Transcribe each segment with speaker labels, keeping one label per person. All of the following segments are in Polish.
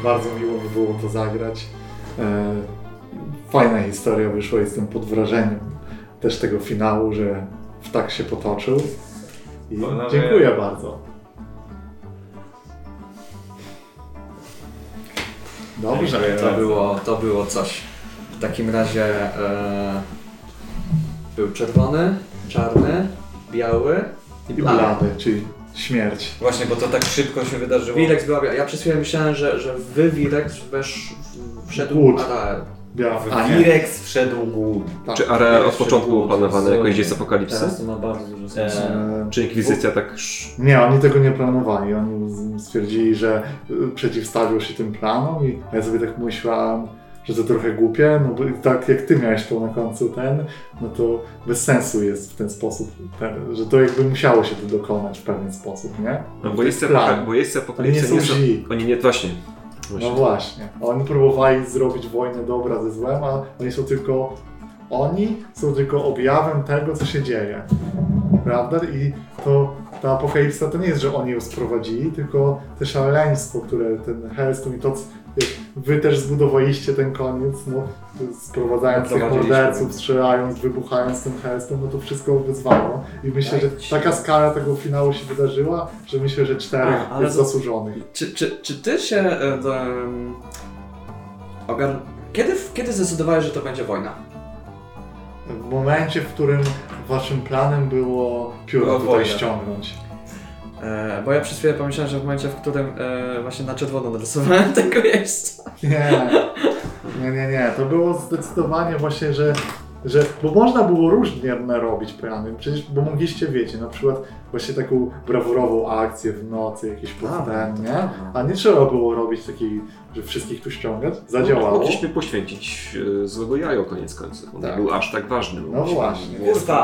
Speaker 1: Bardzo miło mi było to zagrać. Fajna historia wyszła, jestem pod wrażeniem też tego finału, że tak się potoczył. I dziękuję bardzo. Dobrze.
Speaker 2: To było coś. W takim razie był czerwony, czarny, biały
Speaker 1: i blady, czyli śmierć.
Speaker 3: Właśnie, bo to tak szybko się wydarzyło.
Speaker 2: Wirex była biała. Ja przez chwilę myślałem, że wy Wirex wszedł Arael.
Speaker 3: Wirex wszedł głód.
Speaker 4: Tak. Czy Arael od początku był planowany jako jeździec apokalipsy?
Speaker 2: Teraz to ma bardzo dużo sensu.
Speaker 4: Czy Inkwizycja tak...
Speaker 1: Nie, oni tego nie planowali. Oni stwierdzili, że przeciwstawią się tym planom i ja sobie tak myślałem, że to trochę głupie, no bo tak jak ty miałeś to na końcu no to bez sensu jest w ten sposób, że to jakby musiało się to dokonać w pewien sposób, nie?
Speaker 4: No bo jest apokalipsy,
Speaker 1: oni nie są źli.
Speaker 4: Oni nie, właśnie.
Speaker 1: No właśnie. Oni próbowali zrobić wojnę dobra ze złem, a oni są tylko objawem tego, co się dzieje. Prawda? I ta apokalipsa to nie jest, że oni ją sprowadzili, tylko te szaleństwo, które ten Hellstone i to, jak wy też zbudowaliście ten koniec, no, sprowadzając tych morderców, strzelając, wybuchając ten Hellstone, no to wszystko wyzwało. I myślę, że taka skala tego finału się wydarzyła, że myślę, że 4 jest zasłużonych.
Speaker 2: Czy ty się... Kiedy zdecydowałeś, że to będzie wojna?
Speaker 1: W momencie, w którym waszym planem było pióro tutaj ściągnąć.
Speaker 2: Bo ja przez chwilę pomyślałem, że w momencie, w którym właśnie na czerwono narysowałem tego jeźdźca.
Speaker 1: Nie. To było zdecydowanie właśnie, że bo można było różnie robić plany, przecież, bo mogliście, wiecie, na przykład właśnie taką brawurową akcję w nocy, jakieś nie? A nie trzeba było robić takiej, że wszystkich tu ściągać. Zadziałało.
Speaker 4: Mogliśmy poświęcić złego jajo koniec końców. On nie był aż tak ważny.
Speaker 1: No właśnie.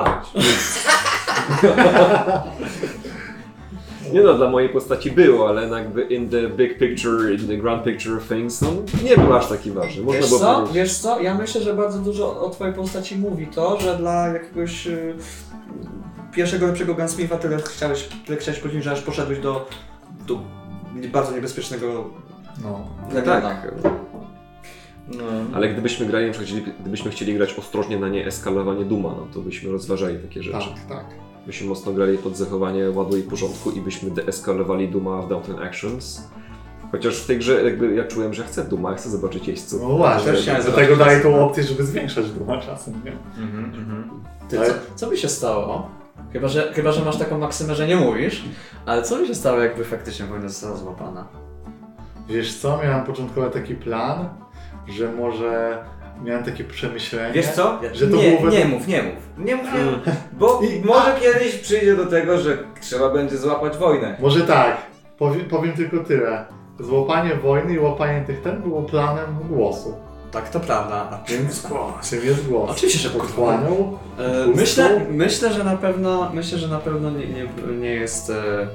Speaker 4: Nie no, dla mojej postaci było, ale jakby in the big picture, in the grand picture of things, no nie był aż taki ważny.
Speaker 2: Wiesz co? Ja myślę, że bardzo dużo o twojej postaci mówi to, że dla jakiegoś pierwszego lepszego gunsmitha tyle chciałeś powiedzieć, że aż poszedłeś do bardzo niebezpiecznego
Speaker 4: tak. No. Ale gdybyśmy chcieli grać ostrożnie na nieeskalowanie Duma, no to byśmy rozważali takie rzeczy.
Speaker 1: Tak.
Speaker 4: Byśmy mocno grali pod zachowanie ładu i porządku i byśmy deeskalowali Duma w Downton Actions. Chociaż w tej grze jakby ja czułem, że chcę Duma, chcę zobaczyć jeźdźców.
Speaker 1: No właśnie, dlatego daję tą opcję, żeby zwiększać Duma czasem, nie?
Speaker 2: Co by się stało? Chyba, że masz taką maksymę, że nie mówisz, ale co by się stało, jakby faktycznie wojna została złapana?
Speaker 1: Wiesz co, miałem początkowo taki plan, że może miałem takie przemyślenie.
Speaker 3: Wiesz co?
Speaker 1: Że to
Speaker 3: nie mów, bo może kiedyś przyjdzie do tego, że trzeba będzie złapać wojnę.
Speaker 1: Może tak, powiem tylko tyle. Złapanie wojny i łapanie tych było planem głosu.
Speaker 2: Tak, to prawda. A czym jest głos?
Speaker 1: Czym jest głos?
Speaker 2: Oczywiście, że
Speaker 1: podkłaniał.
Speaker 2: Myślę, że na pewno nie jest...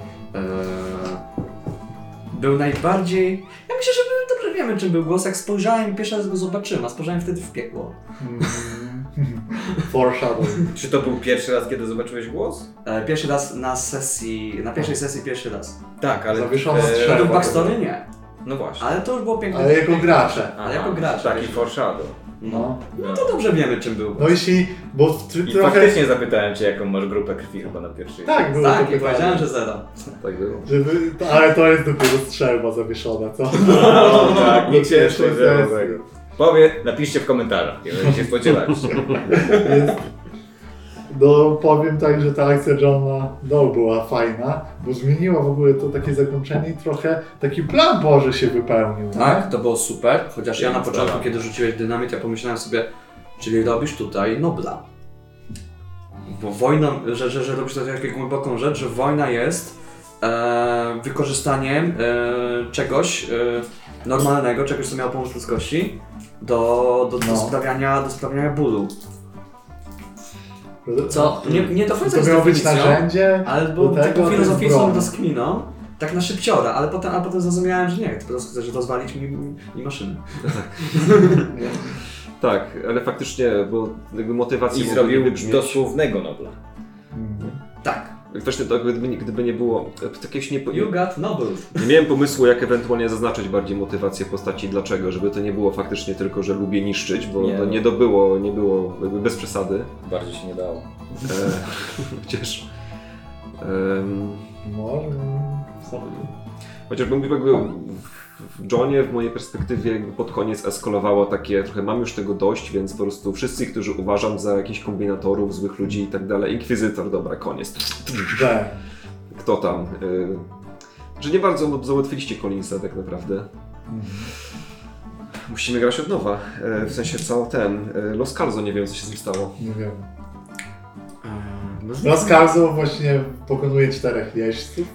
Speaker 2: Był najbardziej... Ja myślę, że my dobrze wiemy, czym był głos. Jak spojrzałem i pierwszy raz go zobaczyłem, a spojrzałem wtedy w piekło.
Speaker 1: Foreshadow.
Speaker 3: Czy to był pierwszy raz, kiedy zobaczyłeś głos?
Speaker 2: Pierwszy raz na pierwszej sesji pierwszy raz.
Speaker 3: Tak, ale...
Speaker 1: Zawieszone
Speaker 2: w backstory nie.
Speaker 3: No właśnie.
Speaker 2: Ale to już było piękne.
Speaker 1: Ale jako gracze.
Speaker 3: Taki foreshadow.
Speaker 2: No to dobrze wiemy, czym był.
Speaker 1: No jeśli...
Speaker 3: I faktycznie zapytałem cię, jaką masz grupę krwi chyba na pierwszej.
Speaker 1: Tak, było
Speaker 2: tak, i powiedziałem, że 0.
Speaker 4: Tak było.
Speaker 1: Ale to jest dopiero strzelba zawieszona, co?
Speaker 3: No tak, nikt się nie spodziewał tego. Napiszcie w komentarzach, jeżeli się spodziewaliście.
Speaker 1: No powiem tak, że ta akcja Johna Doe była fajna, bo zmieniła w ogóle to takie zakończenie i trochę taki plan Boży się wypełnił.
Speaker 2: Tak, to było super, chociaż ja na początku, kiedy rzuciłeś dynamit, ja pomyślałem sobie, czyli robisz tutaj Nobla. Bo wojna, że robisz tutaj taką głęboką rzecz, że wojna jest wykorzystaniem czegoś normalnego, czegoś, co miało pomóc ludzkości do sprawiania bólu. Co? Nie do końca
Speaker 1: to miało być narzędzie,
Speaker 2: ale było taką filozoficzną rozkminą, tak na szybciora, ale potem zrozumiałem, że nie, ty po prostu chcesz rozwalić mi maszyny.
Speaker 4: Tak, ale faktycznie, bo jakby motywacje
Speaker 3: i zrobił dosłownego Nobla.
Speaker 2: Tak.
Speaker 4: Właśnie to gdyby nie było jakiegoś
Speaker 2: You got nobles.
Speaker 4: nie miałem pomysłu, jak ewentualnie zaznaczyć bardziej motywację postaci, dlaczego, żeby to nie było faktycznie tylko, że lubię niszczyć, bo
Speaker 3: Nie.
Speaker 4: to nie było jakby bez przesady.
Speaker 3: Bardziej się nie dało.
Speaker 4: Chociaż...
Speaker 1: Może...
Speaker 4: Chociaż bym jakby w Johnie, w mojej perspektywie, jakby pod koniec eskalowało takie, trochę mam już tego dość, więc po prostu wszyscy, którzy uważam za jakichś kombinatorów, złych ludzi i tak dalej, Inkwizytor, dobra, koniec.
Speaker 1: Tak.
Speaker 4: Kto tam? Że nie bardzo załatwiliście Collinsa tak naprawdę. Musimy grać od nowa, w sensie Los Calzo, nie wiem co się z nim stało.
Speaker 1: Nie wiem. Los Calzo właśnie pokonuje 4 jeźdźców.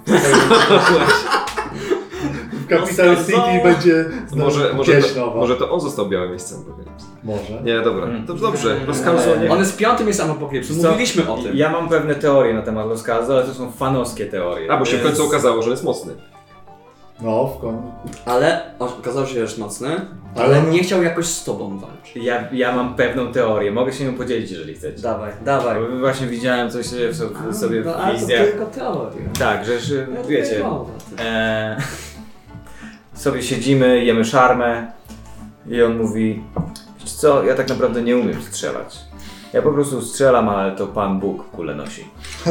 Speaker 1: W Capital
Speaker 2: Los
Speaker 1: City
Speaker 2: Calzo.
Speaker 1: będzie
Speaker 4: Może to on został białym miejscem.
Speaker 1: Może.
Speaker 4: Nie, dobra. Dobrze, Los Calzo nie...
Speaker 2: On jest 5. jest Apokalipsy. Mówiliśmy o tym.
Speaker 3: Ja mam pewne teorie na temat Los Calzo, ale to są fanowskie teorie.
Speaker 4: A, bo się w końcu okazało, że jest mocny.
Speaker 1: No, w końcu.
Speaker 2: Ale okazało się, że jest mocny,
Speaker 1: Ale-
Speaker 2: ale nie chciał jakoś z tobą walczyć.
Speaker 3: Ja mam pewną teorię, mogę się nią podzielić, jeżeli chcecie.
Speaker 2: Dawaj, dawaj.
Speaker 3: Bo właśnie widziałem coś sobie
Speaker 2: No,
Speaker 3: w
Speaker 2: ale to
Speaker 3: wizjach.
Speaker 2: tylko teoria.
Speaker 3: Tak, że wiecie,
Speaker 2: Mowa, ty.
Speaker 3: sobie siedzimy, jemy szarmę i on mówi, wiecie co, ja tak naprawdę nie umiem strzelać. Ja po prostu strzelam, ale to Pan Bóg kulę nosi.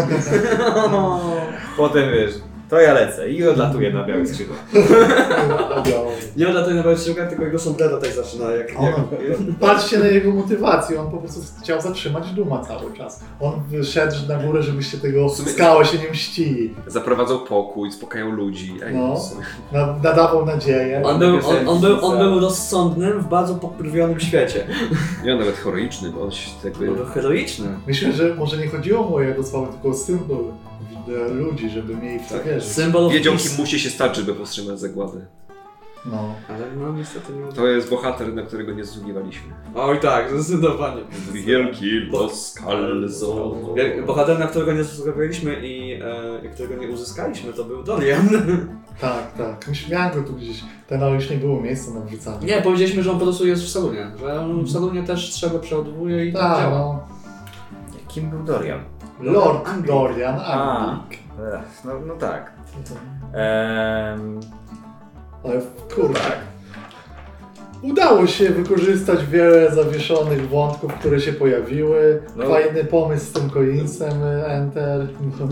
Speaker 3: Potem wiesz, to ja lecę i odlatuję na białych skrzydłach.
Speaker 2: Nie odlatuje na Belczyka, tylko jego sombrero tak zaczyna jak...
Speaker 1: Patrzcie na jego motywację, on po prostu chciał zatrzymać Duma cały czas. On wyszedł na górę, żebyście tego skałę się nie mścili.
Speaker 4: Zaprowadzał pokój, uspokajał ludzi. Ej,
Speaker 1: No.
Speaker 4: w sumie.
Speaker 1: Nadawał nadzieję.
Speaker 2: On był rozsądnym w bardzo pokrywionym świecie.
Speaker 4: Nie, nawet heroiczny, bo on się jakby...
Speaker 2: Był heroiczny.
Speaker 1: Myślę, że może nie chodziło o jego słowa, tylko o symbol ludzi, żeby mieli w to wierzyć.
Speaker 2: Symbol
Speaker 4: Wiedział,
Speaker 2: peace.
Speaker 4: kim musi się stać, żeby powstrzymać zagłady.
Speaker 1: No.
Speaker 2: Ale no niestety nie udało.
Speaker 4: To jest bohater, na którego nie zasługiwaliśmy.
Speaker 2: Oj tak, zdecydowanie.
Speaker 4: Wielki Los Calzo.
Speaker 2: Bohater, na którego nie zasługiwaliśmy i którego nie uzyskaliśmy, to był Dorian.
Speaker 1: Tak, tak. Miałem go tu gdzieś. Ten, ale już nie było miejsca na wrzucanie.
Speaker 2: Nie, powiedzieliśmy, że on po prostu jest w salonie. Że on w salonie też trzeba przeładowuje i tak
Speaker 1: Tak,
Speaker 2: działa.
Speaker 1: no.
Speaker 3: Kim był Dorian?
Speaker 1: Lord
Speaker 2: Anglik.
Speaker 1: Dorian
Speaker 3: A.
Speaker 1: Anglik.
Speaker 3: No tak.
Speaker 1: Ale kurde. Udało się wykorzystać wiele zawieszonych wątków, które się pojawiły.
Speaker 3: No.
Speaker 1: Fajny pomysł z tym Collinsem, Enter.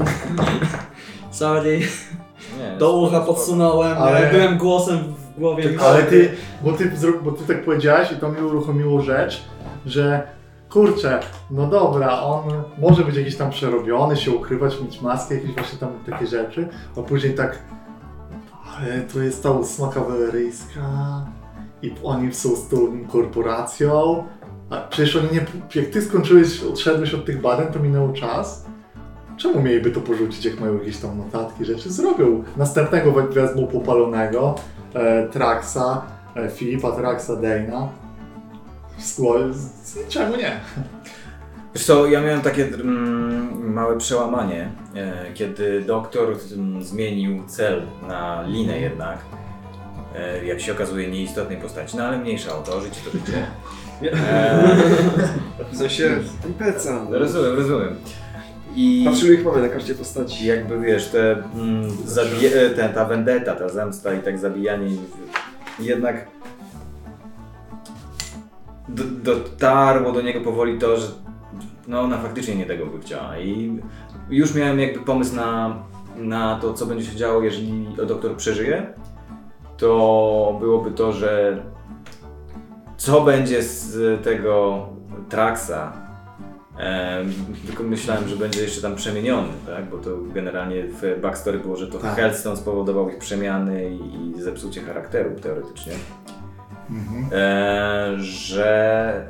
Speaker 2: Sorry,
Speaker 3: Nie,
Speaker 2: do ucha podsunąłem,
Speaker 1: Ale-
Speaker 2: byłem głosem w głowie.
Speaker 1: Ale ty, bo ty tak powiedziałeś i to mi uruchomiło rzecz, że kurczę, no dobra, on może być jakiś tam przerobiony, się ukrywać, mieć maskę, jakieś właśnie tam takie rzeczy, a później tak, ale to jest ta 8 kawaleryjska i oni są z tą korporacją, a przecież oni nie, jak ty odszedłeś od tych badań, to minął czas. Czemu mieliby to porzucić, jak mają jakieś tam notatki, rzeczy? Zrobią. Następnego wezmą popalonego, Traxa, Filipa, Traxa, Dana. Czemu nie?
Speaker 3: Wiesz co, ja miałem takie małe przełamanie, kiedy doktor zmienił cel na linę jednak. Jak się okazuje, nieistotnej postaci, no ale mniejsza o to, życie to życie.
Speaker 4: W sensie NPC-a.
Speaker 3: Rozumiem. I
Speaker 4: Patrzymy ich mamy na karcie postaci.
Speaker 3: jakby wiesz, ta vendetta, ta zemsta i tak zabijanie jednak dotarło do niego powoli to, że no ona faktycznie nie tego by chciała i już miałem jakby pomysł na to, co będzie się działo, jeżeli doktor przeżyje, to byłoby to, że co będzie z tego Traxa. Tylko myślałem, że będzie jeszcze tam przemieniony, tak? Bo to generalnie w backstory było, że to
Speaker 1: Tak.
Speaker 3: Hellstone spowodował ich przemiany i zepsucie charakteru teoretycznie. Że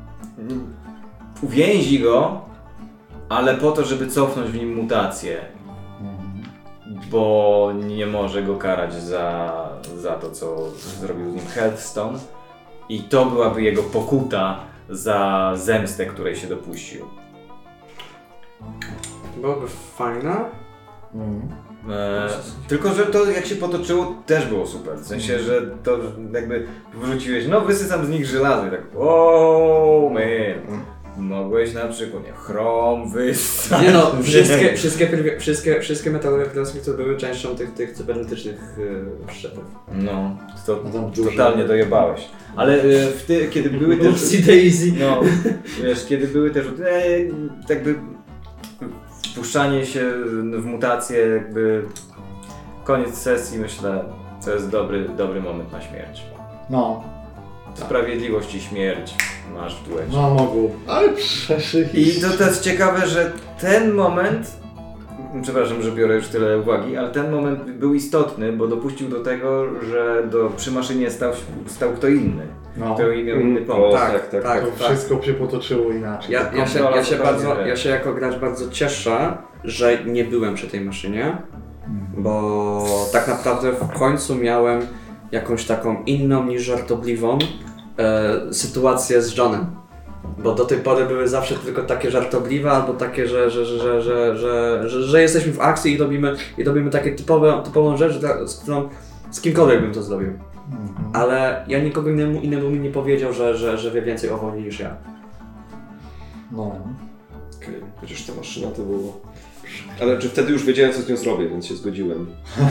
Speaker 3: uwięzi go, ale po to, żeby cofnąć w nim mutację, bo nie może go karać za to, co zrobił z nim Hellstone i to byłaby jego pokuta za zemstę, której się dopuścił.
Speaker 2: Byłoby fajna.
Speaker 3: Tylko, że to jak się potoczyło też było super, w sensie, że to jakby wrzuciłeś, no wysysam z nich żelazo i tak, oh man, mogłeś na przykład, nie, chrom, wyssać.
Speaker 2: Nie no, wszystkie metalowe klocki to były częścią tych cybernetycznych szczepów.
Speaker 3: No, to
Speaker 1: No tam dużo.
Speaker 3: totalnie dojebałeś. Ale kiedy były też...
Speaker 2: Oopsie daisy.
Speaker 3: No, wiesz, kiedy były też jakby wpuszczanie się w mutacje, jakby koniec sesji, myślę, to jest dobry moment na śmierć.
Speaker 1: No,
Speaker 3: Sprawiedliwość i śmierć masz w duecie.
Speaker 1: no mogą, ale przeszyć.
Speaker 3: I to jest ciekawe, że ten moment, przepraszam, że biorę już tyle uwagi, ale ten moment był istotny, bo dopuścił do tego, że przy maszynie stał kto inny,
Speaker 1: No,
Speaker 3: kto miał inny pomysł.
Speaker 1: to wszystko się potoczyło inaczej.
Speaker 2: Ja się jako gracz bardzo cieszę, że nie byłem przy tej maszynie, bo tak naprawdę w końcu miałem jakąś taką inną niż żartobliwą sytuację z Johnem. Bo do tej pory były zawsze tylko takie żartobliwe, albo takie, że jesteśmy w akcji i robimy takie typową rzecz, z którą z kimkolwiek bym to zrobił. Ale ja nikogo innemu mi nie powiedział, że wie więcej o wojnie niż ja.
Speaker 1: No.
Speaker 4: Okej, chociaż ta maszyna to było... Ale czy wtedy już wiedziałem, co z nią zrobię, więc się zgodziłem.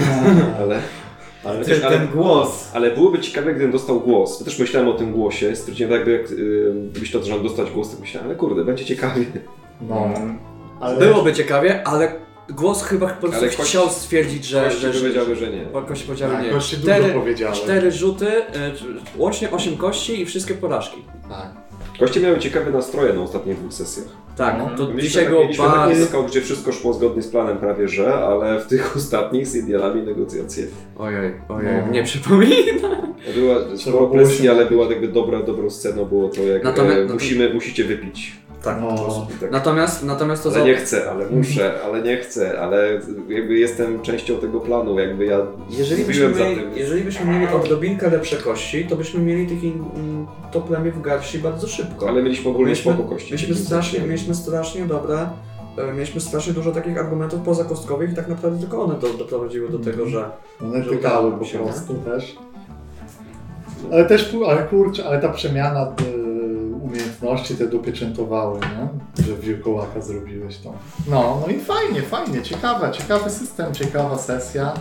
Speaker 4: Ale
Speaker 3: Ten głos.
Speaker 4: Ale byłoby ciekawe, gdybym dostał głos. Ja też myślałem o tym głosie. Stwierdziłem tak, jak myślał, że mam dostać głos, to myślałem, ale kurde, będzie ciekawie.
Speaker 1: No. Ale...
Speaker 2: Byłoby ciekawie, ale głos chyba po prostu
Speaker 4: Ale
Speaker 2: chciał stwierdzić, że...
Speaker 4: Kości powiedziały, że nie.
Speaker 2: Bo kości powiedziały
Speaker 1: Tak,
Speaker 2: nie.
Speaker 1: kości dużo powiedziały.
Speaker 2: 4 rzuty, łącznie 8 kości i wszystkie porażki.
Speaker 1: Tak.
Speaker 4: Kości miały ciekawe nastroje na ostatnich 2 sesjach.
Speaker 2: Tak,
Speaker 1: No.
Speaker 2: to
Speaker 4: Mieliśmy
Speaker 2: dzisiaj
Speaker 4: taki-
Speaker 2: było
Speaker 4: mieliśmy taki
Speaker 2: bardzo...
Speaker 4: skok, gdzie wszystko szło zgodnie z planem prawie że, ale w tych ostatnich z idealami negocjacje.
Speaker 2: Ojej,
Speaker 1: No.
Speaker 2: nie przypominam.
Speaker 4: Była
Speaker 1: Trzeba
Speaker 4: sporo
Speaker 1: było
Speaker 4: presji,
Speaker 1: się
Speaker 4: ale
Speaker 1: napić.
Speaker 4: była jakby dobrą sceną było to, jak musicie wypić.
Speaker 2: Tak,
Speaker 1: No.
Speaker 2: po prostu.
Speaker 4: Tak.
Speaker 2: Natomiast to
Speaker 4: Ale nie chcę, ale muszę, ale nie chcę, ale jakby jestem częścią tego planu, jakby ja mówiłem za tym.
Speaker 2: Jeżeli byśmy mieli odrobinkę lepsze kości, to byśmy mieli to plemię w garści bardzo szybko.
Speaker 4: Ale mieliśmy ogólnie spoko kości.
Speaker 2: Mieliśmy strasznie dużo takich argumentów pozakostkowych i tak naprawdę tylko one doprowadziły do tego, że...
Speaker 1: One
Speaker 2: że
Speaker 1: tykały
Speaker 2: udało
Speaker 1: po
Speaker 2: się,
Speaker 1: prostu też. Ale też, ale kurczę, ale ta przemiana umiejętności te dopieczętowały, nie? Że wilkołaka zrobiłeś to. No i fajnie, ciekawy system, ciekawa sesja.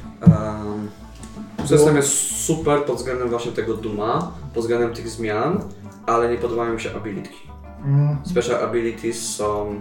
Speaker 2: System jest super pod względem właśnie tego Duma, pod względem tych zmian, ale nie podobają mi się abilitki. Special abilities są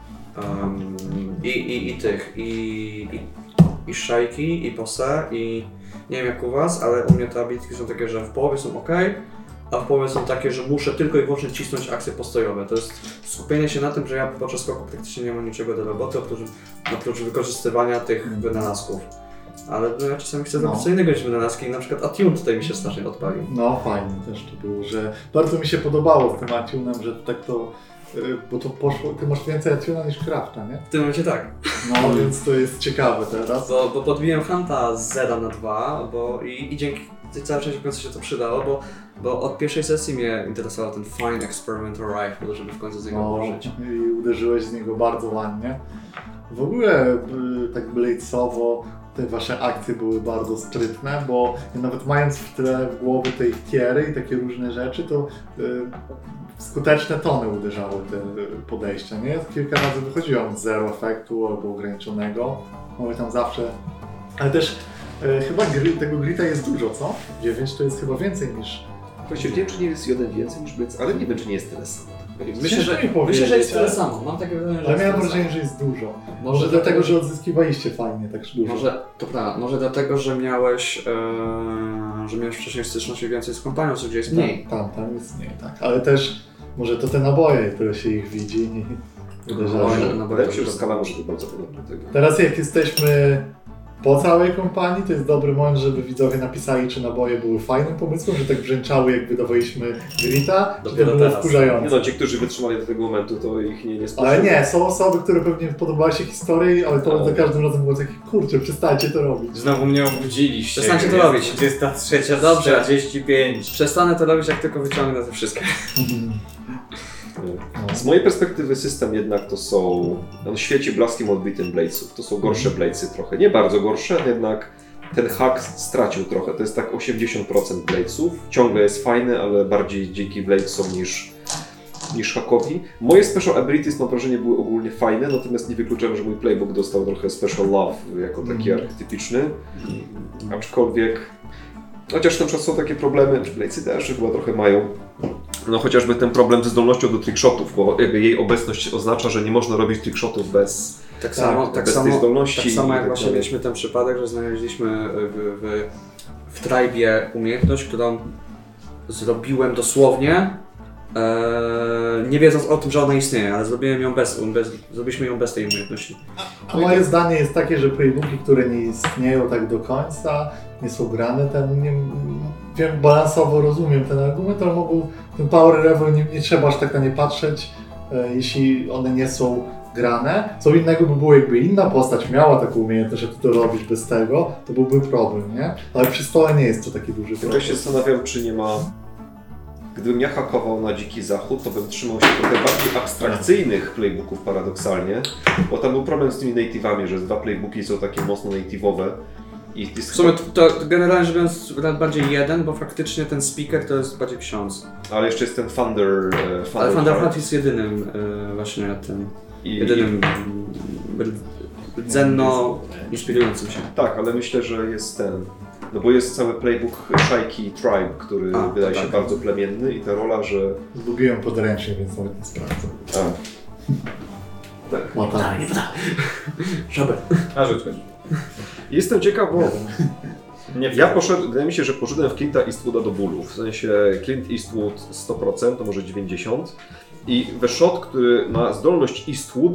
Speaker 2: i szajki, i pose, i nie wiem jak u was, ale u mnie te abilitki są takie, że w połowie są ok, a w połowie są takie, że muszę tylko i wyłącznie cisnąć akcje postojowe. To jest skupienie się na tym, że ja podczas skoku praktycznie nie mam niczego do roboty, oprócz wykorzystywania tych wynalazków. Ale no, ja czasami chcę zrobić co innego niż wynalazki i na przykład Attune tutaj mi się strasznie odpalił.
Speaker 1: No fajnie też to było, że bardzo mi się podobało z tym Attune'em, że tak to, bo to poszło, ty masz więcej Attune'a niż Crafta, nie?
Speaker 2: W tym momencie tak.
Speaker 1: No więc to jest ciekawe teraz.
Speaker 2: Bo podbiłem Hunta z 0 na 2, i dzięki całej części w końcu się to przydało, bo od pierwszej sesji mnie interesował ten Fine Experimental Rifle, żeby w końcu z niego użyć.
Speaker 1: I uderzyłeś z niego bardzo ładnie. W ogóle tak blade'sowo te wasze akcje były bardzo sprytne, bo nawet mając w tle w głowie tej tiery i takie różne rzeczy, to skuteczne tony uderzały te podejścia, nie? Kilka razy wychodziłem z zero efektu albo ograniczonego, mamy tam zawsze, ale też chyba tego grita jest dużo, co? 9 to jest chyba więcej niż...
Speaker 4: Właściwie nie wiem, czy nie jest jeden więcej niż Blitz, ale nie wiem, czy nie jest tyle samo.
Speaker 2: Myślę, że jest tyle samo. Mam takie wrażenie, że
Speaker 1: ale miałem
Speaker 2: jest tyle
Speaker 1: wrażenie, że jest dużo. Może dlatego, że odzyskiwaliście fajnie tak dużo.
Speaker 2: To prawda, może dlatego, że miałeś wcześniej styczność więcej z kompanią, co gdzie jest mniej.
Speaker 1: Tam jest mniej, tak. Ale też może to te naboje, które się ich widzi i uderzają.
Speaker 4: Wydaje mi się, że skala może być bardzo podobna do tego.
Speaker 1: Teraz jak jesteśmy po całej kompanii, to jest dobry moment, żeby widzowie napisali, czy naboje były fajnym pomysłem, że tak brzęczały, jak wydawaliśmy grita, czy to
Speaker 2: Dopiero
Speaker 1: było
Speaker 2: teraz.
Speaker 1: wkurzające.
Speaker 4: No, ci, którzy wytrzymali do tego momentu, to ich nie spodziewa.
Speaker 1: Ale nie, są osoby, które pewnie podobała się historii, ale to za każdym razem było takie, kurczę, przestańcie to robić.
Speaker 3: Znowu mnie obudziliście.
Speaker 2: Przestańcie to robić.
Speaker 3: 23:45.
Speaker 2: Dobrze.
Speaker 3: 45.
Speaker 2: Przestanę to robić, jak tylko wyciągnę te wszystkie.
Speaker 4: Z mojej perspektywy system jednak to są... On świeci blaskiem odbitym bladesów. To są gorsze bladesy trochę. Nie bardzo gorsze, jednak ten hack stracił trochę. To jest tak 80% bladesów. Ciągle jest fajny, ale bardziej dzięki bladesom niż hakowi. Moje special abilities, mam wrażenie, były ogólnie fajne, natomiast nie wykluczam, że mój playbook dostał trochę special love jako taki archetypiczny. Aczkolwiek, chociaż na przykład są takie problemy, czy Blade'cy też chyba trochę mają, no chociażby ten problem ze zdolnością do trickshotów, bo jakby jej obecność oznacza, że nie można robić trickshotów bez
Speaker 2: Tak samo
Speaker 4: tej zdolności.
Speaker 2: Tak samo
Speaker 4: i
Speaker 2: jak
Speaker 4: tak
Speaker 2: właśnie
Speaker 4: dalej.
Speaker 2: mieliśmy ten przypadek, że znaleźliśmy w tribie umiejętność, którą zrobiłem dosłownie, nie wiedząc o tym, że ona istnieje, ale zrobiliśmy ją bez tej umiejętności.
Speaker 1: A moje zdanie jest takie, że playbooki, które nie istnieją tak do końca, nie są grane, wiem, balansowo rozumiem ten argument, ale mogą ten power level, nie trzeba aż tak na nie patrzeć, jeśli one nie są grane. Co innego by było, jakby inna postać miała taką umiejętność, że ty to robisz bez tego, to byłby problem, nie? Ale przy stole nie jest to taki duży problem.
Speaker 4: Ja się zastanawiam, czy nie ma... Gdybym ja hakował na Dziki Zachód, to bym trzymał się trochę bardziej abstrakcyjnych playbooków paradoksalnie, bo tam był problem z tymi native'ami, że 2 playbooki są takie mocno native'owe. I
Speaker 2: W sumie to generalnie rzecz biorąc bardziej jeden, bo faktycznie ten speaker to jest bardziej ksiądz.
Speaker 4: Ale jeszcze jest ten Thunder
Speaker 2: Ale Thunderheart
Speaker 4: Heart.
Speaker 2: jest jedynym właśnie tym,
Speaker 4: I
Speaker 2: jedynym rdzenno inspirującym się.
Speaker 4: tak, ale myślę, że jest ten. No bo jest cały playbook Shaiki Tribe, który wydaje się bardzo plemienny i ta rola, że...
Speaker 1: Zgubiłem podręcznie, więc nawet nie sprawdzę.
Speaker 4: Tak.
Speaker 1: Łatanie.
Speaker 2: Żaber.
Speaker 3: A rzuć.
Speaker 4: Jestem ciekaw, bo
Speaker 3: Nie
Speaker 4: ja wydaje mi się, że poszedłem w Clint'a Eastwooda do bólu. W sensie Clint Eastwood 100%, to może 90%. I The Shot, który ma zdolność Eastwood,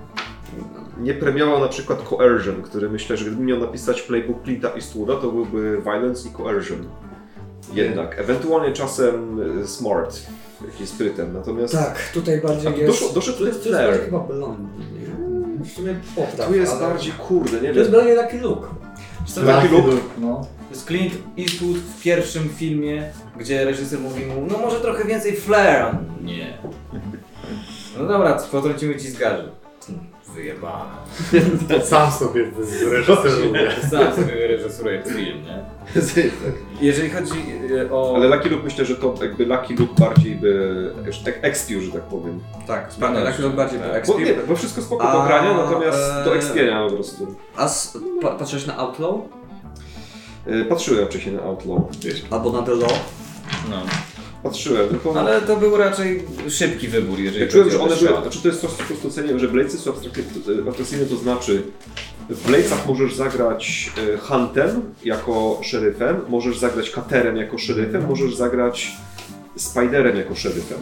Speaker 4: nie premiował na przykład Coercion, który myślę, że gdybym miał napisać playbook Clint'a Eastwooda, to byłby Violence i Coercion. Jednak, ewentualnie czasem Smart, jakimś sprytem, natomiast...
Speaker 2: Tak, tutaj bardziej
Speaker 4: A
Speaker 2: jest...
Speaker 4: doszedł
Speaker 2: to jest
Speaker 4: Flair.
Speaker 2: chyba blond, nie? W sumie popraw,
Speaker 4: Tu jest
Speaker 2: ale-
Speaker 4: bardziej, kurde, nie
Speaker 2: To jest
Speaker 4: wiem.
Speaker 2: bardziej taki look.
Speaker 1: Taki
Speaker 4: look.
Speaker 1: No.
Speaker 3: To jest Clint Eastwood w pierwszym filmie, gdzie reżyser mówi mu, no może trochę więcej flair. A on, nie. No dobra, potrącimy ci z garzy. Wyjebane.
Speaker 1: Sam sobie zreżyseruję.
Speaker 3: Sam sobie reżyseruję film, nie? Jeżeli chodzi o...
Speaker 4: Ale Lucky Luke myślę, że to jakby Lucky Luke bardziej by expił, że tak powiem.
Speaker 2: Tak, sprawnie, taki look bardziej do
Speaker 4: Bo,
Speaker 2: exp.
Speaker 4: nie, bo wszystko spoko do grania, natomiast do expienia po prostu.
Speaker 2: A patrzysz na Outlaw?
Speaker 4: Patrzyłem wcześniej na Outlaw.
Speaker 2: Albo na The Law?
Speaker 3: No.
Speaker 4: Patrzyłem, tylko...
Speaker 3: Ale to był raczej szybki wybór, jeżeli
Speaker 4: Ja czułem,
Speaker 3: chodzi
Speaker 4: że
Speaker 3: o
Speaker 4: one
Speaker 3: The
Speaker 4: były,
Speaker 3: Shot.
Speaker 4: znaczy to jest coś, po prostu cenię, że Blade'cy są abstrakcyjne, to znaczy w Blade'cach możesz zagrać Huntem jako szeryfem, możesz zagrać Katerem jako szeryfem, możesz zagrać Spiderem jako szeryfem.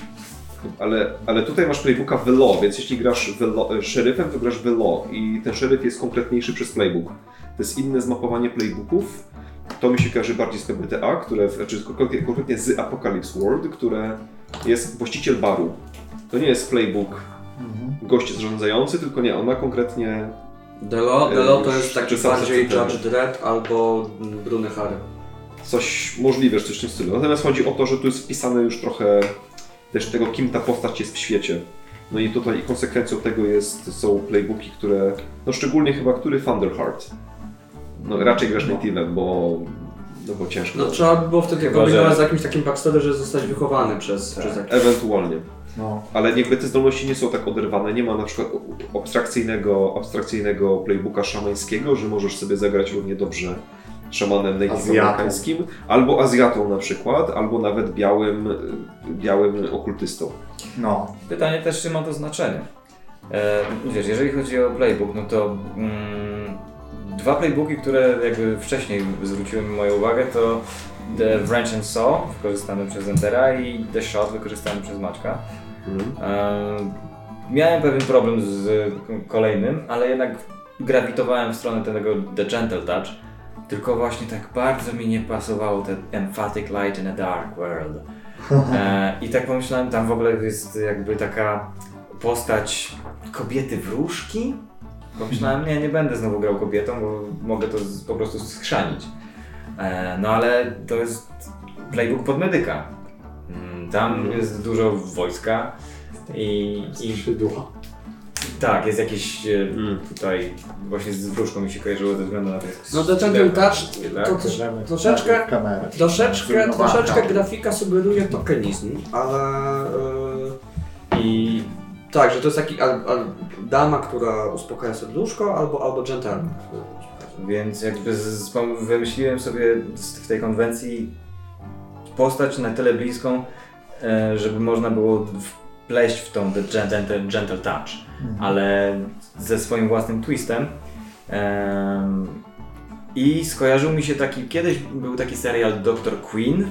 Speaker 4: Ale tutaj masz playbooka w Law, więc jeśli grasz szeryfem, to grasz w Law i ten szeryf jest konkretniejszy przez playbook. To jest inne zmapowanie playbooków. To mi się kojarzy bardziej z PBTA, znaczy konkretnie z Apocalypse World, które jest właściciel baru. To nie jest playbook gość zarządzający, tylko nie, on ma konkretnie...
Speaker 2: The Law to jest taki
Speaker 4: czy sam
Speaker 2: bardziej
Speaker 4: system.
Speaker 2: Judge Dredd albo Brune Harry.
Speaker 4: Coś możliwe, coś w tym stylu. Natomiast chodzi o to, że tu jest wpisane już trochę też tego, kim ta postać jest w świecie. No i tutaj konsekwencją tego są playbooki, które... No szczególnie chyba, który Thunderheart. No raczej grasz native'em, bo ciężko.
Speaker 2: No trzeba by było wtedy
Speaker 3: Chyba,
Speaker 2: kombinować
Speaker 3: że-
Speaker 2: z jakimś takim backstory, że zostać wychowany przez jakiś...
Speaker 4: Ewentualnie.
Speaker 1: No.
Speaker 4: Ale jakby te zdolności nie są tak oderwane, nie ma na przykład abstrakcyjnego playbooka szamańskiego, że możesz sobie zagrać równie dobrze szamanem native amerykańskim, albo Azjatą na przykład, albo nawet białym okultystą.
Speaker 1: No.
Speaker 3: Pytanie też, czy ma to znaczenie. Wiesz, jeżeli chodzi o playbook, no to dwa playbooki, które jakby wcześniej zwróciły mi moją uwagę, to The Wrench and Saw, wykorzystany przez Entera, i The Shot, wykorzystany przez Maćka. Miałem pewien problem z kolejnym, ale jednak grawitowałem w stronę tego The Gentle Touch. Tylko właśnie tak bardzo mi nie pasowało ten emphatic light in a dark world. I tak pomyślałem, tam w ogóle jest jakby taka postać kobiety wróżki. Pomyślałem, nie będę znowu grał kobietą, bo mogę to po prostu schrzanić. No ale to jest playbook pod medyka. Tam jest dużo wojska i
Speaker 1: Szydła.
Speaker 3: tak, jest jakiś tutaj właśnie z wróżką mi się kojarzyło ze względu na to.
Speaker 2: No The Gentle Touch
Speaker 3: Tak,
Speaker 2: to
Speaker 1: Bierzemy
Speaker 2: troszeczkę,
Speaker 1: w kamerę.
Speaker 2: troszeczkę
Speaker 1: Zrównoważona.
Speaker 2: grafika sugeruje tokenizm, ale Tak, że to jest taki dama, która uspokaja serduszko, albo gentleman.
Speaker 3: Więc jakby wymyśliłem sobie w tej konwencji postać na tyle bliską, żeby można było wpleść w tą gentle touch, ale ze swoim własnym twistem. I skojarzył mi się kiedyś był taki serial Dr. Queen.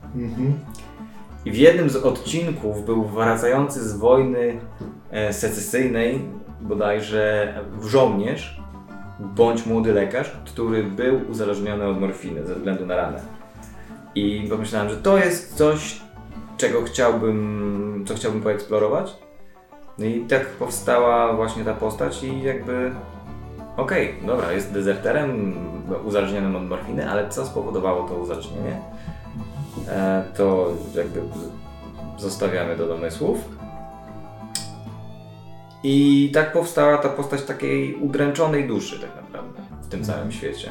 Speaker 3: I w jednym z odcinków był wracający z wojny secesyjnej bodajże żołnierz bądź młody lekarz, który był uzależniony od morfiny ze względu na ranę. I pomyślałem, że to jest coś, co chciałbym poeksplorować. No i tak powstała właśnie ta postać i jakby okej, dobra, jest dezerterem uzależnionym od morfiny, ale co spowodowało to uzależnienie? To jakby zostawiamy do domysłów. I tak powstała ta postać takiej udręczonej duszy tak naprawdę w tym całym świecie.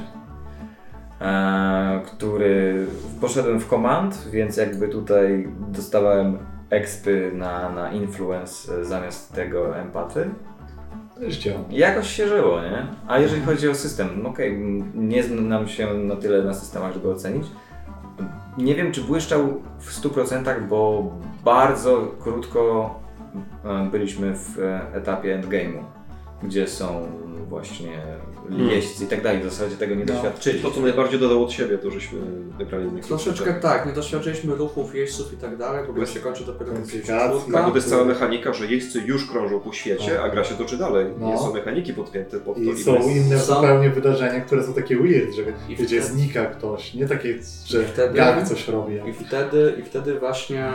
Speaker 3: Poszedłem w command, więc jakby tutaj dostawałem expy na influence zamiast tego empaty.
Speaker 1: Też działa.
Speaker 3: I jakoś się żyło, nie? A jeżeli chodzi o system, nie znam się na tyle na systemach, żeby ocenić. Nie wiem, czy błyszczał w 100%, bo bardzo krótko byliśmy w etapie endgame'u, gdzie są właśnie jeźdźcy i tak dalej. W zasadzie tego nie doświadczyliśmy.
Speaker 4: To, co najbardziej dodało od siebie, to żeśmy wygrali na
Speaker 2: Troszeczkę tak, nie doświadczyliśmy ruchów, jeźdźców i tak dalej, bo gra się kończy dopiero
Speaker 1: Komplikacji.
Speaker 4: Tak, bo to jest cała mechanika, że jeźdźcy już krążą po świecie, a gra się toczy dalej.
Speaker 1: No.
Speaker 4: Nie są mechaniki podpięte pod to.
Speaker 1: I są inne zupełnie wydarzenia, które są takie weird, że gdzie znika ktoś, nie takie, że gang coś robi.
Speaker 2: I wtedy właśnie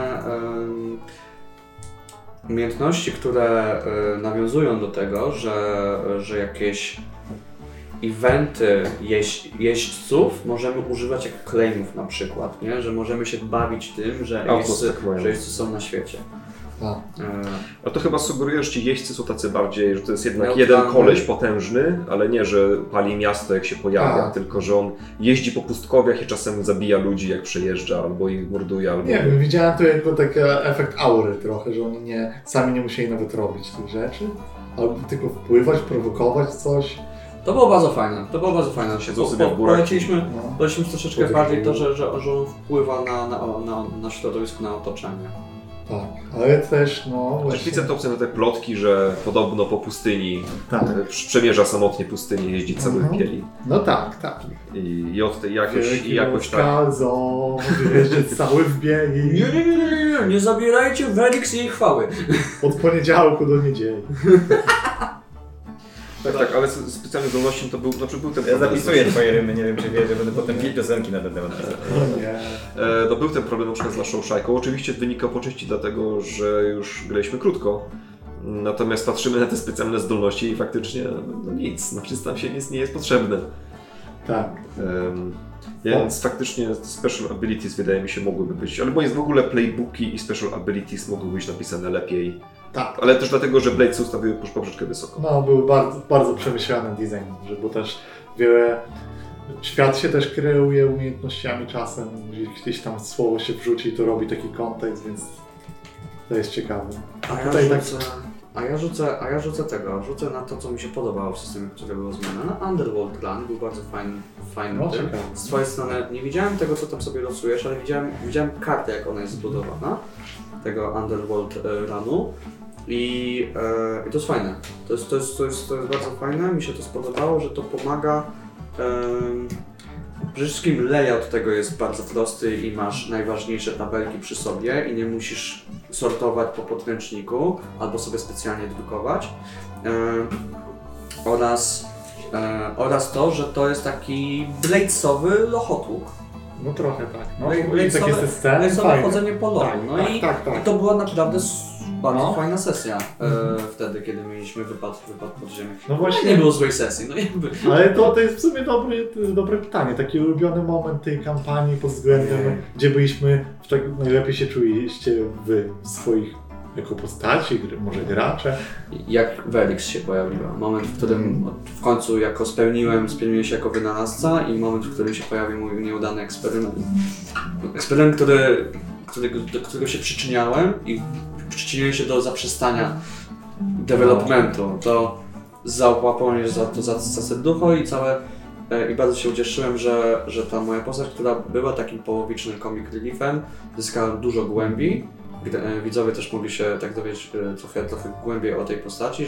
Speaker 2: umiejętności, które nawiązują do tego, że jakieś eventy jeźdźców możemy używać jak claimów na przykład, nie? Że możemy się bawić tym, że jeźdźcy są na świecie.
Speaker 4: A to chyba sugeruje, że ci jeźdźcy są tacy bardziej, że to jest jednak jeden koleś potężny, ale nie, że pali miasto jak się pojawia, tylko że on jeździ po pustkowiach i czasem zabija ludzi jak przejeżdża, albo ich morduje, albo...
Speaker 1: Nie wiem, widziałem to jako taki efekt aury trochę, że oni sami nie musieli nawet robić tych rzeczy, albo tylko wpływać, prowokować coś.
Speaker 2: To było bardzo fajne,
Speaker 4: Siedzą sobie w górach.
Speaker 2: Poleciliśmy troszeczkę bardziej to, że on wpływa na środowisko, na otoczenie.
Speaker 1: Tak, ale też
Speaker 4: Właśnie... Widzę to opcję na te plotki, że podobno po pustyni przemierza samotnie pustynię, jeździ cały pieli.
Speaker 1: No tak.
Speaker 4: I od tej jakoś tak...
Speaker 1: Kalzo, jeździć cały w bieli.
Speaker 2: Nie zabierajcie Werix i jej chwały.
Speaker 1: Od poniedziałku do niedzieli.
Speaker 4: Tak, ale specjalną zdolnością to był ten
Speaker 3: Ja zapisuję twoje rymy, nie wiem czy wiesz, że będę potem piosenki na ten temat.
Speaker 4: No był ten problem na przykład z naszą szajką. Oczywiście wynika po części dlatego, że już graliśmy krótko. Natomiast patrzymy na te specjalne zdolności i faktycznie nic, tam się nic nie jest potrzebne.
Speaker 1: Tak.
Speaker 4: Więc faktycznie special abilities wydaje mi się mogłyby być, albo jest w ogóle playbooki i special abilities mogły być napisane lepiej.
Speaker 1: Tak.
Speaker 4: Ale też dlatego, że Blades ustawiły poprzeczkę wysoko.
Speaker 1: No, był bardzo, bardzo przemyślany design, bo też wiele... Świat się też kreuje umiejętnościami czasem, gdzieś tam słowo się wrzuci i to robi taki kontekst, więc to jest ciekawe.
Speaker 2: A ja rzucę na to, co mi się podobało w systemie, które było zmienione. Underworld Run był bardzo fajny
Speaker 1: No,
Speaker 2: tym. Z twojej strony nie widziałem tego, co tam sobie losujesz, ale widziałem kartę, jak ona jest zbudowana, tego Underworld Runu. I to jest fajne. To jest bardzo fajne, mi się to spodobało, że to pomaga. Przede wszystkim layout tego jest bardzo prosty i masz najważniejsze tabelki przy sobie i nie musisz sortować po podręczniku albo sobie specjalnie drukować. Oraz to, że to jest taki bladesowy lochotłuk.
Speaker 1: No trochę tak. No,
Speaker 2: bladesowe chodzenie po lochu.
Speaker 1: Tak.
Speaker 2: I to była naprawdę bardzo fajna sesja wtedy, kiedy mieliśmy wypad podziemny.
Speaker 1: No właśnie.
Speaker 2: Nie było złej sesji, no jakby.
Speaker 1: Ale to jest w sumie dobre pytanie. Taki ulubiony moment tej kampanii pod względem, gdzie byliśmy, najlepiej się czuliście wy w swoich jako postaci, może gracze.
Speaker 2: Jak Werix się pojawiła. Moment, w którym w końcu spełniłem się jako wynalazca i moment, w którym się pojawił mój nieudany eksperyment. Eksperyment, do którego się przyczyniałem i przyczyniłem się do zaprzestania developmentu, to załapałem za serducho i i bardzo się ucieszyłem, że ta moja postać, która była takim połowicznym comic reliefem, zyskała dużo głębi. Widzowie też mogli się tak dowiedzieć trochę głębiej o tej postaci,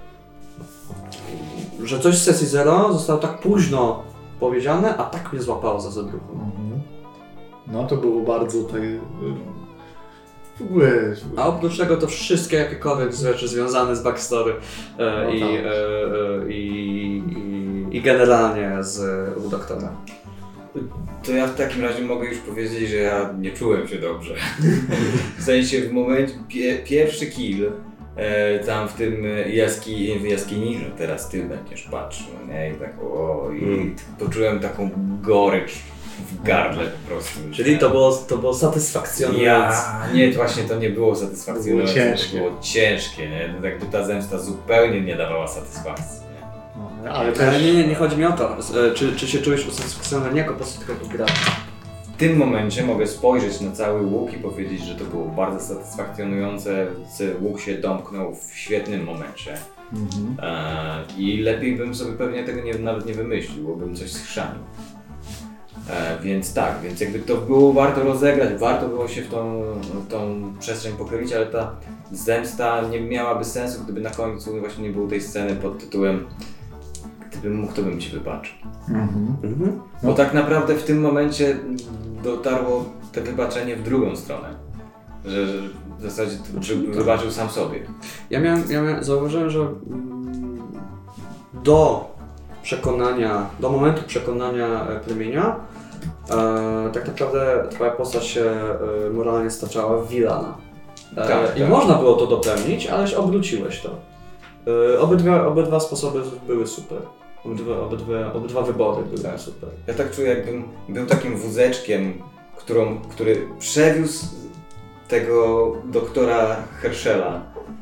Speaker 2: że coś z sesji 0 zostało tak późno powiedziane, a tak mnie złapało za serducho.
Speaker 1: No to było bardzo tak... W ogóle...
Speaker 2: A oprócz tego to wszystkie jakiekolwiek rzeczy związane z backstory i generalnie u doktora.
Speaker 3: To ja w takim razie mogę już powiedzieć, że ja nie czułem się dobrze. W sensie w momencie, pierwszy kill tam w tym jaskini, że teraz ty będziesz patrzył, nie? I tak poczułem taką gorycz w gardle po prostu.
Speaker 2: Czyli to było satysfakcjonujące.
Speaker 3: Nie, właśnie to nie było satysfakcjonujące,
Speaker 1: ciężkie.
Speaker 3: To było ciężkie, nie? To jakby ta zemsta zupełnie nie dawała satysfakcji.
Speaker 1: Ale też...
Speaker 2: Nie chodzi mi o to, czy się czujesz usatysfakcjonowany nie jako postać, tylko jako gracz.
Speaker 3: W tym momencie mogę spojrzeć na cały łuk i powiedzieć, że to było bardzo satysfakcjonujące. Łuk się domknął w świetnym momencie. I lepiej bym sobie pewnie tego nawet nie wymyślił, bo bym coś schrzanił. Więc jakby to było warto rozegrać, warto było się w tą przestrzeń pochylić, ale ta zemsta nie miałaby sensu, gdyby na końcu właśnie nie było tej sceny pod tytułem gdybym mógł, to bym ci wybaczył. Bo tak naprawdę w tym momencie dotarło to wybaczenie w drugą stronę. Że w zasadzie wybaczył sam sobie.
Speaker 2: Zauważyłem, że do momentu przekonania plemienia tak naprawdę twoja postać się moralnie staczała w Villana. I można było to dopełnić, aleś obróciłeś to. Obydwa sposoby były super. Obydwa wybory były super.
Speaker 3: Ja tak czuję, jakbym był takim wózeczkiem, który przewiózł tego doktora Herschela.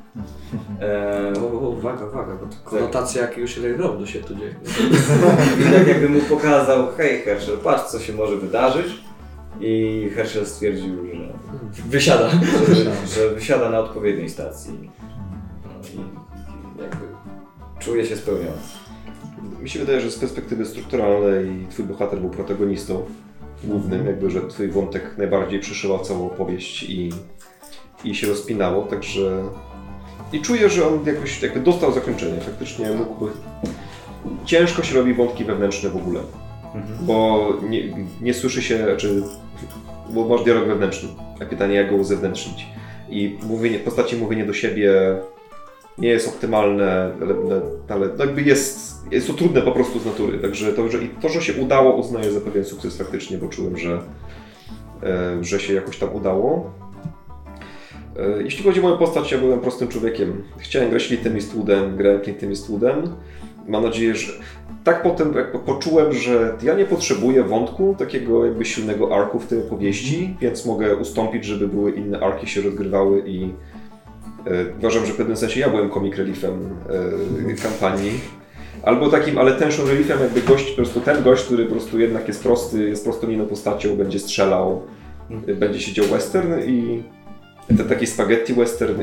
Speaker 2: Uwaga, bo to konotacja jakiegoś railroadu się tu dzieje.
Speaker 3: I tak jakby mu pokazał, hej Herschel, patrz co się może wydarzyć. I Herschel stwierdził, że wysiada na odpowiedniej stacji. I jakby czuje się spełniony.
Speaker 4: Mi się wydaje, że z perspektywy strukturalnej twój bohater był protagonistą głównym, jakby, że twój wątek najbardziej przyszyła całą opowieść i się rozpinało, także... I czuję, że on jakoś jakby dostał zakończenie, faktycznie mógłby... Ciężko się robi wątki wewnętrzne w ogóle, bo nie słyszy się, bo masz dialog wewnętrzny, a pytanie jak go uzewnętrznić. I postaci mówienie do siebie nie jest optymalne, ale jakby jest to trudne po prostu z natury, także to, że się udało, uznaję za pewien sukces faktycznie, bo czułem, że się jakoś tam udało. Jeśli chodzi o moją postać, ja byłem prostym człowiekiem. Chciałem grać Clintem Eastwoodem, grałem Clintem Eastwoodem. Mam nadzieję, że tak potem poczułem, że ja nie potrzebuję wątku, takiego jakby silnego arku w tej opowieści, więc mogę ustąpić, żeby były inne arki się rozgrywały i uważam, że w pewnym sensie ja byłem comic reliefem kampanii. Albo takim, ale tension reliefem, jakby ten gość, który po prostu jednak jest prosty, jest prostolinijną postacią, będzie strzelał, będzie siedział western i taki spaghetti western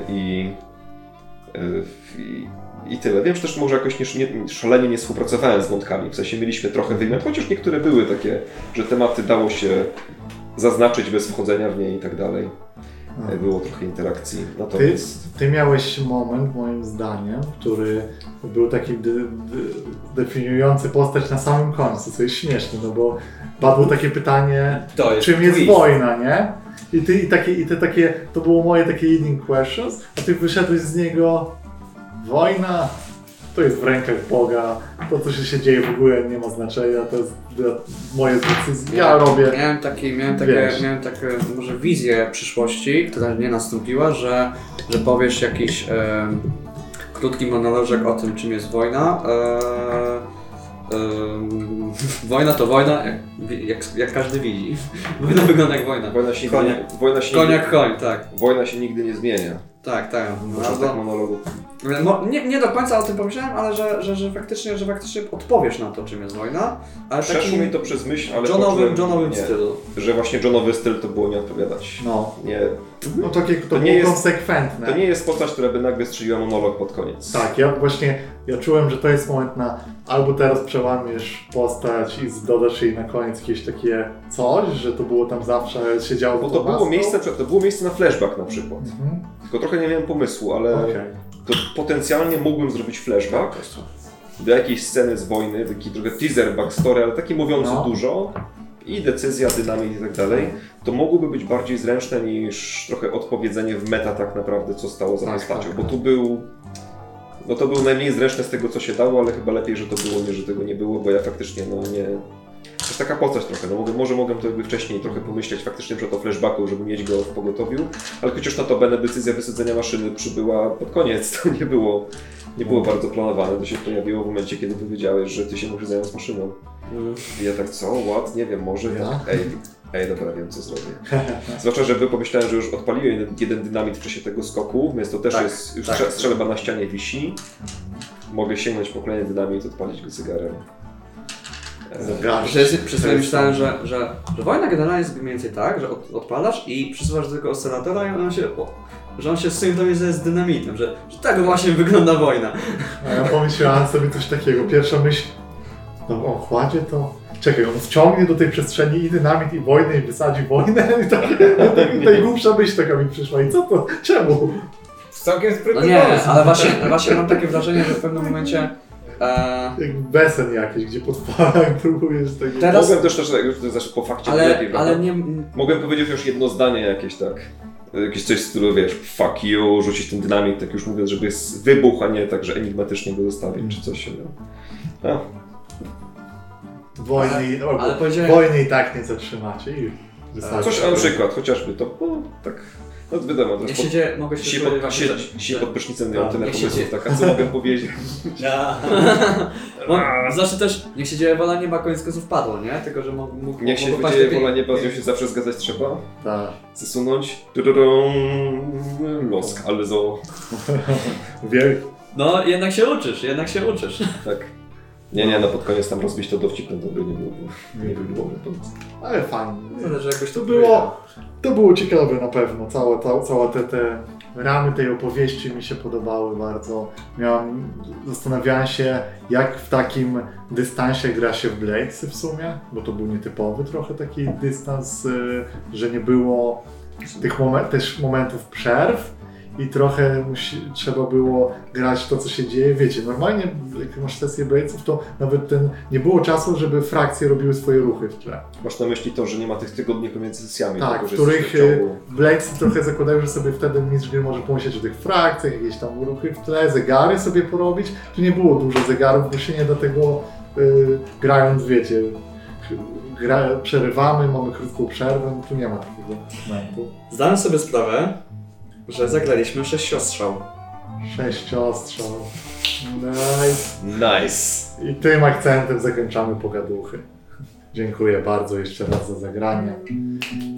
Speaker 4: i tyle. Wiem, że też może jakoś szalenie nie współpracowałem z wątkami, w sensie mieliśmy trochę wymiar, chociaż niektóre były takie, że tematy dało się zaznaczyć bez wchodzenia w nie i tak dalej. Było trochę interakcji. Natomiast...
Speaker 1: Ty miałeś moment, moim zdaniem, który był taki definiujący postać na samym końcu, co jest śmieszne, no bo padło takie pytanie, czym jest wojna, nie? To było moje takie leading questions, a ty wyszedłeś z niego, wojna to jest w rękach Boga, to co się dzieje w ogóle nie ma znaczenia, to jest moje decyzje, ja robię.
Speaker 2: Miałem takie może wizję przyszłości, która nie nastąpiła, że powiesz jakiś krótki monolożek o tym, czym jest wojna. Wojna to wojna, jak każdy widzi. Wojna wygląda jak wojna.
Speaker 4: Koń,
Speaker 2: tak.
Speaker 4: Wojna się nigdy nie zmienia.
Speaker 2: Tak.
Speaker 4: Początek monologu.
Speaker 2: Nie do końca o tym pomyślałem, ale że faktycznie odpowiesz na to, czym jest wojna. Ale
Speaker 4: Przeszło mi to przez myśl, ale
Speaker 2: Johnowym
Speaker 4: nie,
Speaker 2: stylu.
Speaker 4: że właśnie Johnowy styl to było nie odpowiadać.
Speaker 1: No,
Speaker 4: Nie,
Speaker 1: no to
Speaker 4: To
Speaker 1: było
Speaker 4: nie jest-
Speaker 1: konsekwentne.
Speaker 4: to nie jest postać, która by nagle strzeliła monolog pod koniec.
Speaker 1: Tak, ja czułem, że to jest moment na albo teraz przełamiesz postać i dodasz jej na koniec jakieś takie coś, że to było tam zawsze, się działo
Speaker 4: Bo
Speaker 1: po
Speaker 4: to było,
Speaker 1: prostu.
Speaker 4: miejsce na flashback na przykład.
Speaker 1: Mhm.
Speaker 4: Tylko trochę nie miałem pomysłu, ale
Speaker 1: Okej.
Speaker 4: to potencjalnie mógłbym zrobić flashback do jakiejś sceny z wojny, taki trochę teaser, backstory, ale taki mówiący
Speaker 1: No.
Speaker 4: dużo i decyzja, dynamit i tak dalej, to mogłoby być bardziej zręczne niż trochę odpowiedzenie w meta tak naprawdę, co stało za
Speaker 1: Tak,
Speaker 4: postacią,
Speaker 1: tak,
Speaker 4: bo
Speaker 1: tak.
Speaker 4: tu był... No to był najmniej zręczne z tego, co się dało, ale chyba lepiej, że to było, niż że tego nie było, bo ja faktycznie, no nie... To jest taka postać trochę, no może mogłem to jakby wcześniej trochę pomyśleć faktycznie przed o flashbacku, żeby mieć go w pogotowiu, ale chociaż notabene decyzja wysadzenia maszyny przybyła pod koniec, to nie było bardzo planowane, to się pojawiło w momencie, kiedy powiedziałeś, że ty się musisz zająć maszyną. I ja tak, co? What? Nie wiem, może
Speaker 1: Ja?
Speaker 4: tak. Ej, dobra, wiem co zrobię. Zwłaszcza, że pomyślałem, że już odpaliłem jeden dynamit w czasie tego skoku, więc to też
Speaker 2: Tak,
Speaker 4: jest, już
Speaker 2: tak.
Speaker 4: strzelba na ścianie wisi. Mogę sięgnąć po kolejny dynamit i odpalić go cygarem.
Speaker 2: Przez chwilę myślałem, że wojna generalnie jest mniej więcej tak, że odpalasz i przesuwasz do tego oscylatora i że on się synchronizuje z dynamitem, że tak właśnie wygląda wojna.
Speaker 1: A ja pomyślałem sobie coś takiego, pierwsza myśl, no on kładzie to... Czekaj, on wciągnie do tej przestrzeni i dynamit, i wojnę, i wysadzi wojnę, i najgłupsza myśl taka mi przyszła. I co to? Czemu?
Speaker 3: Całkiem
Speaker 2: No
Speaker 3: sprytny
Speaker 2: nie,
Speaker 3: pomysł.
Speaker 2: ale właśnie mam takie wrażenie, że w pewnym momencie...
Speaker 1: Jak besen jakiś, gdzie podpalałem, próbujesz tego...
Speaker 2: Teraz-
Speaker 4: Mogłem też po fakcie lepiej, prawda?
Speaker 2: ale nie...
Speaker 4: Mogłem powiedzieć już jedno zdanie jakieś tak. Jakieś coś, z którego wiesz, fuck you, rzucić ten dynamit, tak już mówiąc, żeby jest wybuch, a nie tak, że enigmatycznie go zostawić, czy coś się no.
Speaker 2: Ale powiedziałem...
Speaker 1: Wojny i tak nie zatrzymacie i wystarczy.
Speaker 4: Coś na przykład, chociażby to, tak, no wiadomo,
Speaker 2: Niech się dzieje, mogę się
Speaker 4: dzisiaj pod prysznicem miałem tyle
Speaker 2: niech się
Speaker 4: pomysłów,
Speaker 2: dzieje.
Speaker 4: tak, a co mogę powiedzieć?
Speaker 2: Znaczy też, niech się dzieje wola nieba, koniec końców padło, nie? Tylko, że mógł...
Speaker 4: Niech się
Speaker 2: mogło paść
Speaker 4: wydzieje
Speaker 2: lepiej.
Speaker 4: wola nieba, z nią się zawsze zgadzać trzeba.
Speaker 1: Tak.
Speaker 4: Zasunąć. Losk, ale zo.
Speaker 1: Wielki.
Speaker 2: No, jednak się uczysz.
Speaker 4: Tak. Nie, no pod koniec tam rozbić to dowcipem, to by nie byłoby to.
Speaker 1: Ale fajnie.
Speaker 2: Zależy jakoś
Speaker 1: To było ciekawe na pewno. Całe te ramy tej opowieści mi się podobały bardzo. Zastanawiałem się, jak w takim dystansie gra się w Bladesy w sumie, bo to był nietypowy trochę taki dystans, że nie było tych też momentów przerw. I trochę trzeba było grać to, co się dzieje. Wiecie, normalnie jak masz sesję Bladesów, to nawet nie było czasu, żeby frakcje robiły swoje ruchy w tle.
Speaker 4: Masz na myśli to, że nie ma tych tygodni pomiędzy sesjami.
Speaker 1: Tak,
Speaker 4: tylko,
Speaker 1: w
Speaker 4: że
Speaker 1: których
Speaker 4: jesteś w ciągu.
Speaker 1: Bladesy trochę zakładają, że sobie wtedy mistrz gry może pomyśleć o tych frakcjach, jakieś tam ruchy w tle, zegary sobie porobić. Tu nie było dużo zegarów, bo się nie da tego grając, wiecie, przerywamy, mamy krótką przerwę, tu nie ma takiego momentu.
Speaker 2: Zdałem sobie sprawę, że zagraliśmy 6 ostrzał.
Speaker 1: 6 ostrzał. Nice.
Speaker 4: Nice.
Speaker 1: I tym akcentem zakończamy pogaduchy. Dziękuję bardzo jeszcze raz za zagranie.